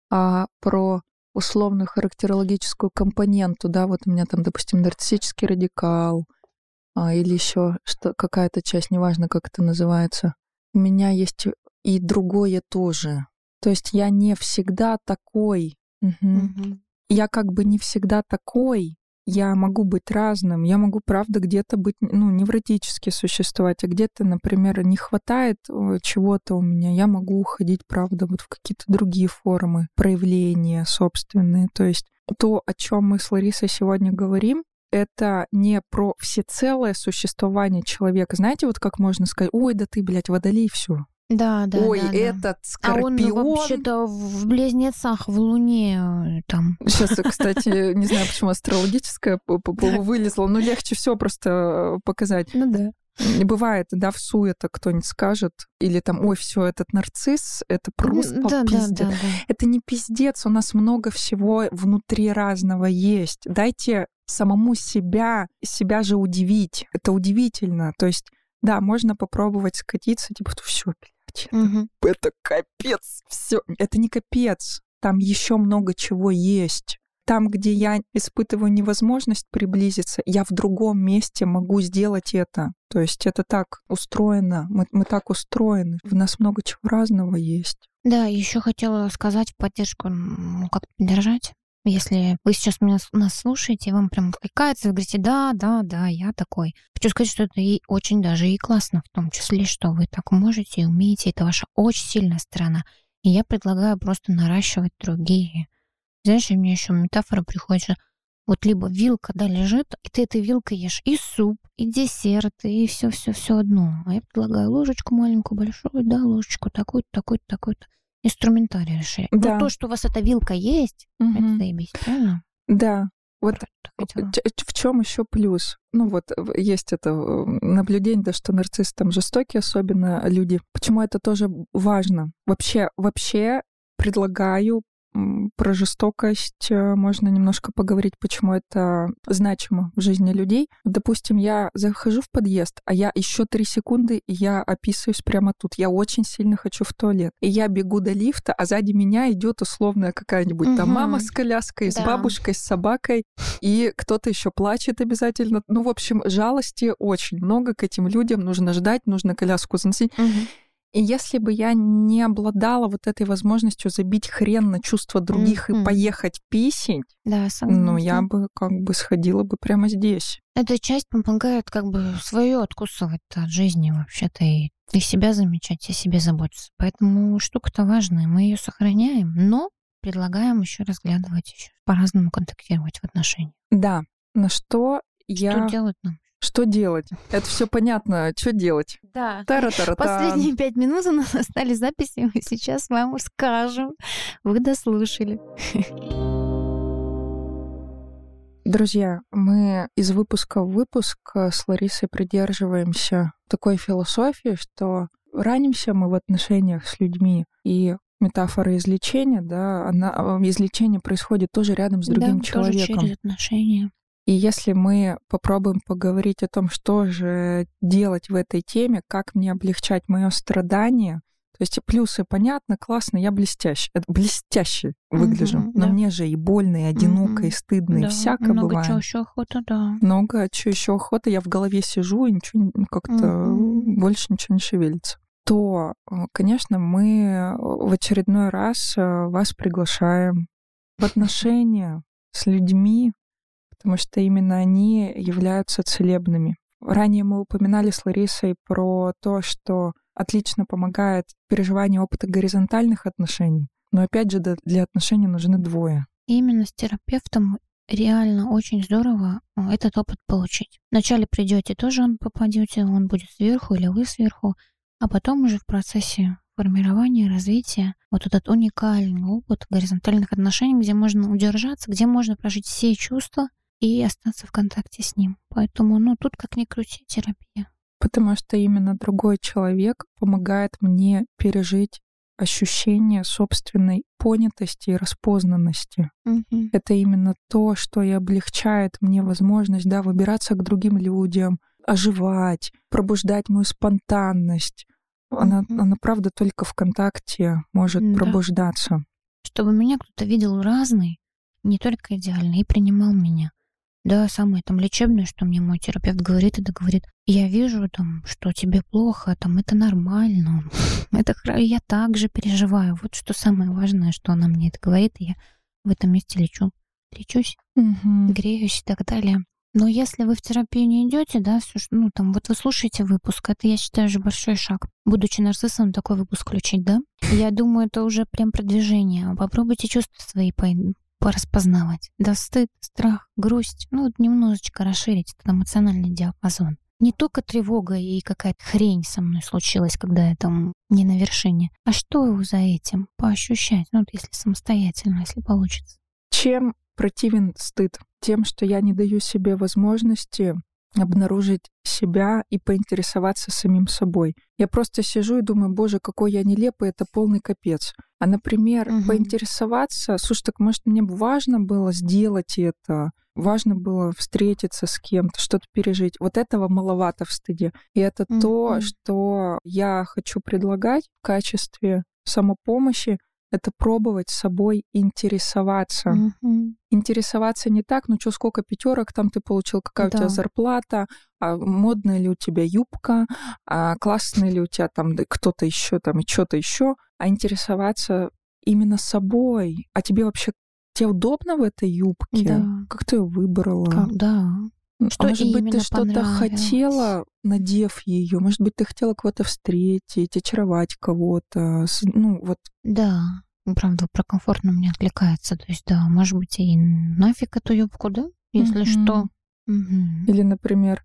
а про условную характерологическую компоненту, да, вот у меня там, допустим, нарциссический радикал, а, или еще что, какая-то часть, неважно, как это называется. У меня есть и другое тоже. То есть я не всегда такой. Угу. Угу. Я как бы не всегда такой. Я могу быть разным. Я могу, правда, где-то быть, ну, невротически существовать, а где-то, например, не хватает чего-то у меня. Я могу уходить, правда, вот в какие-то другие формы проявления собственные. То есть то, о чем мы с Ларисой сегодня говорим, это не про всецелое существование человека. Знаете, вот как можно сказать, ой, да ты, блядь, водолей, все. Да, да, ой, да, этот да. скорпион... А он вообще-то в Близнецах, в Луне там. Сейчас, кстати, не знаю, почему астрологическое вылезло, но легче все просто показать. Ну да. Бывает, да, в суета кто-нибудь скажет, или там, ой, все, этот нарцисс, это просто да, пиздец. Да, да, да. Это не пиздец, у нас много всего внутри разного есть. Дайте самому себя, себя же удивить. Это удивительно. То есть, да, можно попробовать скатиться, типа, все, блядь, угу. это, это капец. Все, это не капец. Там еще много чего есть. Там, где я испытываю невозможность приблизиться, я в другом месте могу сделать это. То есть это так устроено, мы, мы так устроены. В нас много чего разного есть. Да, еще хотела сказать в поддержку, ну, как поддержать. Если вы сейчас меня, нас слушаете, и вам прям откликается, вы говорите, да, да, да, я такой. Хочу сказать, что это и очень даже и классно, в том числе, что вы так можете и умеете. Это ваша очень сильная сторона. И я предлагаю просто наращивать другие. Знаешь, у меня еще метафора приходит, что вот либо вилка, да, лежит, и ты этой вилкой ешь и суп, и десерт, и все-все-все одно. А я предлагаю ложечку маленькую, большую, да, ложечку такую-то, такую-то, такую-то. Инструментарий решили. Да. Но то, что у вас эта вилка есть, угу. это заебись, правильно? Да. Вот Про это хотела. ч- ч- в чем еще плюс? Ну вот в- есть это э, наблюдение, да, что нарциссы там жестокие, особенно люди. Почему это тоже важно? Вообще, вообще предлагаю м, про жестокость э, можно немножко поговорить, почему это значимо в жизни людей. Допустим, я захожу в подъезд, а я еще три секунды, и я описываюсь прямо тут. Я очень сильно хочу в туалет. И я бегу до лифта, а сзади меня идет условная какая-нибудь там Мгм. мама с коляской, с Да. бабушкой, с собакой, и кто-то еще плачет обязательно. Ну, в общем, жалости очень много к этим людям. Нужно ждать, нужно коляску заносить. Мгм. И если бы я не обладала вот этой возможностью забить хрен на чувства других Мгм. и поехать писить, Да, согласна. ну, я бы как бы сходила бы прямо здесь. Эта часть помогает как бы свое откусывать от жизни вообще-то и, и себя замечать, и о себе заботиться. Поэтому штука-то важная, мы ее сохраняем, но предлагаем еще разглядывать, еще по-разному контактировать в отношениях. Да, на что Что я... делать нам? Что делать? Это все понятно. Что делать? Да. Тара-тара-тан. Последние пять минут у нас остались записи, мы сейчас вам скажем. Вы дослушали. Друзья, мы из выпуска в выпуск с Ларисой придерживаемся такой философии, что ранимся мы в отношениях с людьми, и метафора излечения, да, она, излечение происходит тоже рядом с другим Да, человеком. тоже через отношения. И если мы попробуем поговорить о том, что же делать в этой теме, как мне облегчать мое страдание, то есть плюсы понятно, классно, я блестяще, это блестяще выгляжу, Мгм, но да. мне же и больно, и одиноко, и Мгм. стыдно, и Да, всякое много бывает. чего еще охота, да. Много чего еще охота, я в голове сижу, и ничего не- как-то Мгм. больше ничего не шевелится. То, э, конечно, мы в очередной раз э, вас приглашаем в отношения с людьми, потому что именно они являются целебными. Ранее мы упоминали с Ларисой про то, что отлично помогает переживание опыта горизонтальных отношений, но опять же да- для отношений нужны двое. Именно с терапевтом реально очень здорово а, этот опыт получить. Вначале придете тоже, он попадете, он будет сверху или вы сверху, а потом уже в процессе формирования, развития вот этот уникальный опыт горизонтальных отношений, где можно удержаться, где можно прожить все чувства и остаться в контакте с ним. Поэтому, ну, тут как ни крути, терапия. Потому что именно другой человек помогает мне пережить ощущение собственной понятости и распознанности. Мгм. Это именно то, что и облегчает мне возможность, да, выбираться к другим людям, оживать, пробуждать мою спонтанность. Она, Мгм. она правда только в контакте может Да. пробуждаться. Чтобы меня кто-то видел разный, не только идеальный, и принимал меня. Да, самое там лечебное, что мне мой терапевт говорит, это говорит, я вижу там, что тебе плохо, там это нормально, это хра- я также переживаю. Вот что самое важное, что она мне это говорит, и я в этом месте лечу, лечусь, Мгм. греюсь и так далее. Но если вы в терапию не идете, да, всё, что- ну там вот вы слушаете выпуск, это я считаю же большой шаг. Будучи нарциссом, такой выпуск включить, да? Я думаю, это уже прям продвижение. Попробуйте чувства свои по- пораспознавать. Да, стыд, страх, грусть. Ну, вот немножечко расширить этот эмоциональный диапазон. Не только тревога и какая-то хрень со мной случилась, когда я там не на вершине. А что за этим? Поощущать. Ну, вот если самостоятельно, если получится. Чем противен стыд? Тем, что я не даю себе возможности обнаружить себя и поинтересоваться самим собой. Я просто сижу и думаю, боже, какой я нелепый, это полный капец. А, например, Мгм. поинтересоваться, слушай, так может мне важно было сделать это, важно было встретиться с кем-то, что-то пережить. Вот этого маловато в стыде. И это то, Мгм. что я хочу предлагать в качестве самопомощи, это пробовать собой интересоваться. Мгм. Интересоваться не так, ну что, сколько пятерок там ты получил, какая у тебя Да. зарплата, а модная ли у тебя юбка, а классный ли у тебя там да, кто-то еще там и что-то еще, а интересоваться именно собой. А тебе вообще тебе удобно в этой юбке? Да. Как ты ее выбрала? Как- да. М, Что а может быть, ты именно что-то понравилось? хотела, надев ее? Может быть, ты хотела кого-то встретить, очаровать кого-то? С- Ну, вот Да, правда, про комфортно мне откликается. То есть, да, может быть, и нафиг эту юбку, да, если Мгм. что. Мгм. Или, например,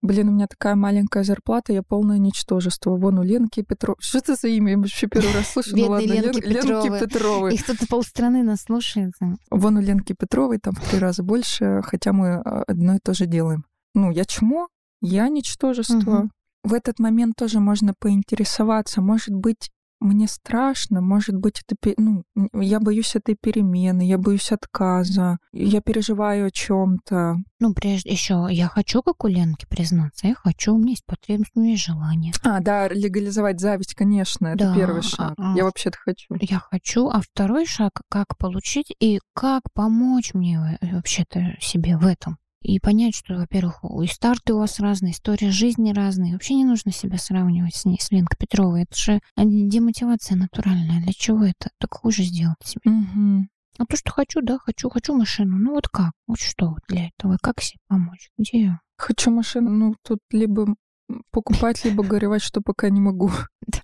Блин, у меня такая маленькая зарплата, я полное ничтожество. Вон у Ленки Петровой. Что это за имя? Я вообще первый раз слышу. Ну ладно, Ленки Лен... Петровой. Ленки Петровой. Их тут полстраны нас слушает. Вон у Ленки Петровой там в три раза больше, хотя мы одно и то же делаем. Ну, я чмо, я ничтожество. Угу. В этот момент тоже можно поинтересоваться. Может быть, мне страшно, может быть, это, ну, я боюсь этой перемены, я боюсь отказа, я переживаю о чем-то. Ну, прежде еще, я хочу, как у Ленки, признаться, я хочу, у меня есть потребность, у меня есть желание. А, да, легализовать зависть, конечно, это да, первый шаг. А, я вообще-то хочу. Я хочу, а второй шаг, как получить и как помочь мне вообще-то себе в этом. И понять, что, во-первых, и старты у вас разные, история жизни разные. Вообще не нужно себя сравнивать с ней, с Ленкой Петровой. Это же демотивация натуральная. Для чего это? Так хуже сделать себе. Угу. А то, что хочу, да, хочу, хочу машину. Ну вот как? Вот что вот для этого? Как себе помочь? Где я? Хочу машину. Ну тут либо покупать, либо горевать, что пока не могу. Да.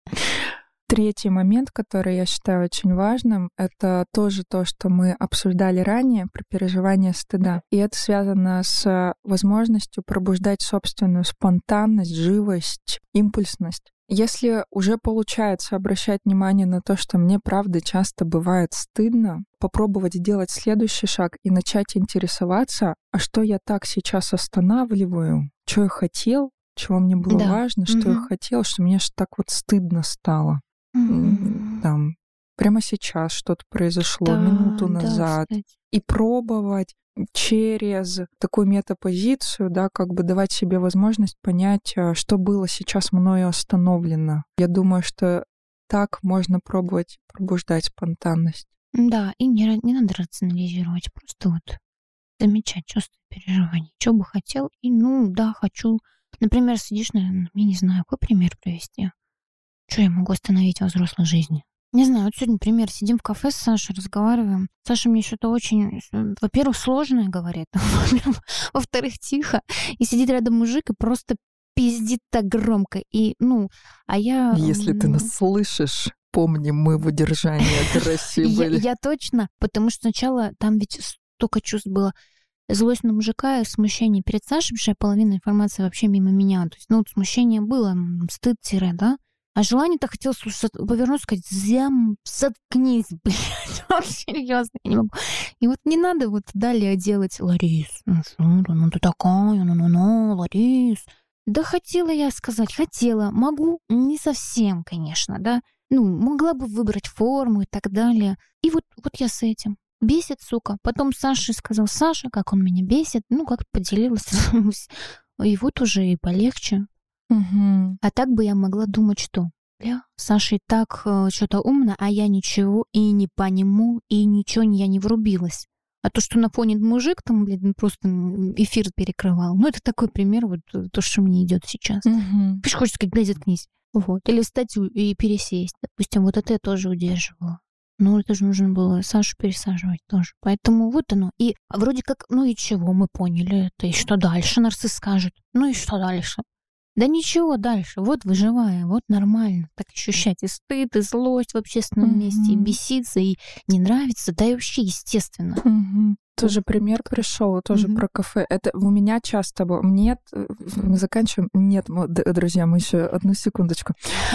Третий момент, который я считаю очень важным, это тоже то, что мы обсуждали ранее про переживание стыда. И это связано с возможностью пробуждать собственную спонтанность, живость, импульсность. Если уже получается обращать внимание на то, что мне, правда, часто бывает стыдно, попробовать сделать следующий шаг и начать интересоваться, а что я так сейчас останавливаю, что я хотел, чего мне было да. важно, что угу. я хотел, что мне же так вот стыдно стало. Mm-hmm. Там прямо сейчас что-то произошло, да, минуту назад. Да, и пробовать через такую метапозицию, да, как бы давать себе возможность понять, что было сейчас мною остановлено. Я думаю, что так можно пробовать пробуждать спонтанность. Да, и не, не надо рационализировать, просто вот замечать чувства, переживания. Что бы хотел, и ну, да, хочу. Например, сидишь, наверное, я не знаю, какой пример привести. Что я могу остановить во взрослой жизни? Не знаю, вот сегодня, например, сидим в кафе с Сашей, разговариваем. Саша мне что-то очень, во-первых, сложное говорит, во-вторых, тихо. И сидит рядом мужик и просто пиздит так громко. И, ну, а я... Если ты нас слышишь, помни, мы в удержании агрессии были. Я точно, потому что сначала там ведь столько чувств было. Злость на мужика и смущение перед Сашей, потому что половина информации вообще мимо меня. То есть, ну, смущение было, стыд-тире, да? А желание-то хотелось повернуться и сказать: «Зям, заткнись, блядь, серьезно, я не могу». И вот не надо вот далее делать: «Ларис, ну что ты, ну ты такая, ну-ну-ну, Ларис». Да хотела я сказать, хотела, могу, не совсем, конечно, да. Ну, могла бы выбрать форму и так далее. И вот, вот я с этим. Бесит, сука. Потом Саша сказал: «Саша, как он меня бесит». Ну, как-то поделилась. И вот уже и полегче. Угу. А так бы я могла думать, что бля, Саша и так э, что-то умно, а я ничего и не по нему, и ничего я не врубилась. А то, что на фоне мужик там, блин, просто эфир перекрывал. Ну, это такой пример, вот то, что мне идет сейчас. Угу. Пусть хочется сказать: «Блядь, заткнись». Вот. Или встать и пересесть. Допустим, вот это я тоже удерживала. Ну, это же нужно было Сашу пересаживать тоже. Поэтому вот оно. И вроде как, ну и чего, мы поняли это. И что дальше нарцисс скажет? Ну и что дальше? Да ничего дальше. Вот выживая, вот нормально. Так ощущать и стыд, и злость в общественном mm-hmm. месте, и беситься, и не нравится. Да и вообще естественно. Mm-hmm. Тоже пример пришел, тоже mm-hmm. про кафе. Это у меня часто было. Нет, мы заканчиваем. Нет, друзья, мы еще одну секундочку.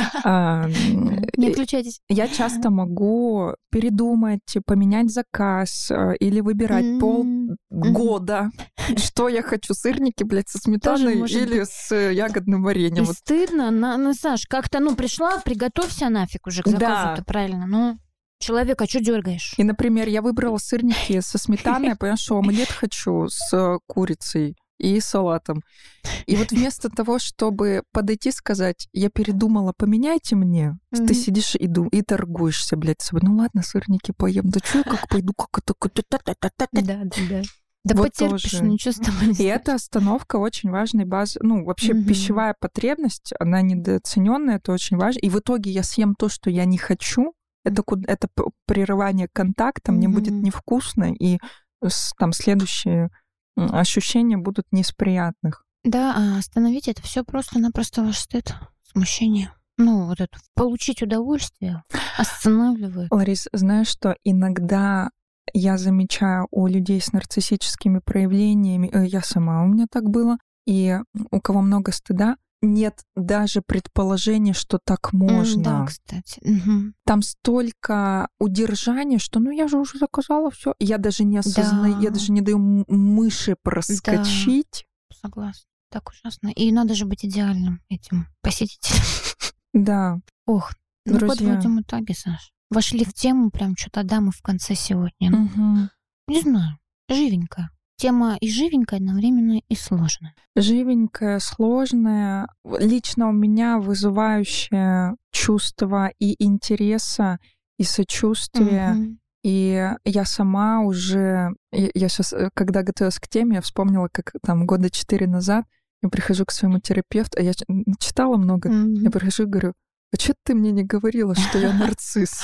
Не отключайтесь. Я часто могу передумать, поменять заказ или выбирать полгода, что я хочу: сырники, блядь, со сметаной или с ягодным вареньем. И стыдно. Ну, Саш, как-то, ну, пришла, приготовься нафиг уже к заказу-то, правильно, ну... Человек, а что дергаешь? И, например, я выбрала сырники со сметаной, я поняла, что омлет хочу с курицей и салатом. И вот вместо того, чтобы подойти и сказать: «Я передумала, поменяйте мне», mm-hmm. ты сидишь и, ду- и торгуешься, блядь, с собой. Ну ладно, сырники поем. Да что я как пойду, как это... Да, да, да. Да вот потерпишь, тоже. Ничего с тобой не И эта остановка очень важная база. Ну, вообще mm-hmm. пищевая потребность, она недооцененная, это очень важно. И в итоге я съем то, что я не хочу. Это, это прерывание контакта, мне mm-hmm. будет невкусно, и там следующие ощущения будут не из приятных. Да, а остановить это все просто-напросто ваш стыд, смущение. Ну, вот это получить удовольствие останавливает. Ларис, знаешь, что иногда я замечаю у людей с нарциссическими проявлениями, я сама, у меня так было, И у кого много стыда, нет даже предположения, что так можно. Mm, да, кстати. Угу. Там столько удержания, что ну я же уже заказала все. Я даже не осознаю, да. я даже не даю мыши проскочить. Да, согласна. Так ужасно. И надо же быть идеальным этим посетителем. Да. Ох, ну подводим итоги, Саш. Вошли в тему прям что-то да мы в конце сегодня. Угу. Не знаю, живенькая. Тема и живенькая одновременно, и сложная. Живенькая, сложная. Лично у меня вызывающее чувство и интереса, и сочувствия. Угу. И я сама уже... Я сейчас, когда готовилась к теме, я вспомнила, как там года четыре назад я прихожу к своему терапевту, а я читала много, угу. я прихожу и говорю, а что ты мне не говорила, что я нарцисс?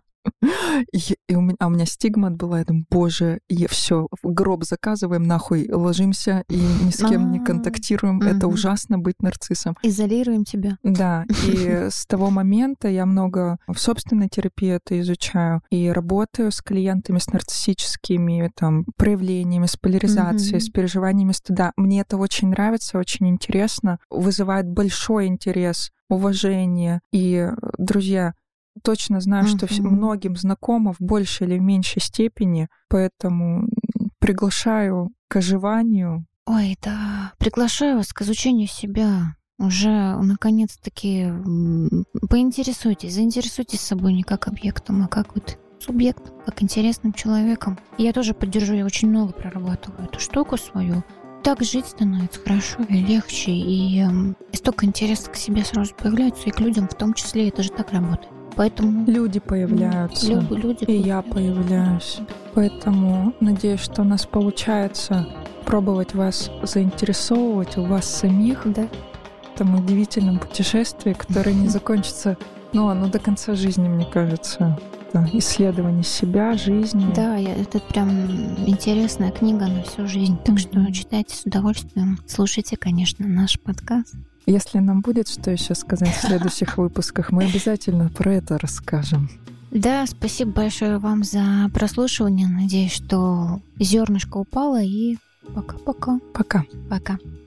И, и у меня, а у меня стигма была, я думаю, боже, и все, в гроб заказываем, нахуй, ложимся и ни с кем не контактируем. Это ужасно быть нарциссом. Изолируем тебя. Да, и с того момента я много в собственной терапии это изучаю и работаю с клиентами с нарциссическими там проявлениями, с поляризацией, с переживаниями стыда. Мне это очень нравится, очень интересно, вызывает большой интерес, уважение. И, друзья, точно знаю, uh-huh. что многим знакомо в большей или в меньшей степени, поэтому приглашаю к оживанию. Ой, да, приглашаю вас к изучению себя. Уже, наконец-таки, поинтересуйтесь, заинтересуйтесь собой не как объектом, а как вот субъектом, как интересным человеком. И я тоже поддержу, я очень много прорабатываю эту штуку свою. Так жить становится хорошо и легче, и, и столько интереса к себе сразу появляется, и к людям в том числе, это же так работает. Поэтому люди появляются, люди, люди и я появляюсь. Поэтому надеюсь, что у нас получается пробовать вас заинтересовывать, у вас самих, да. в этом удивительном путешествии, которое не закончится, ну, оно до конца жизни, мне кажется. Это исследование себя, жизни. Да, это прям интересная книга на всю жизнь. Так mm-hmm. что читайте с удовольствием. Слушайте, конечно, наш подкаст. Если нам будет что еще сказать в следующих выпусках, мы обязательно про это расскажем. Да, спасибо большое вам за прослушивание. Надеюсь, что зернышко упало, и пока-пока. Пока. Пока.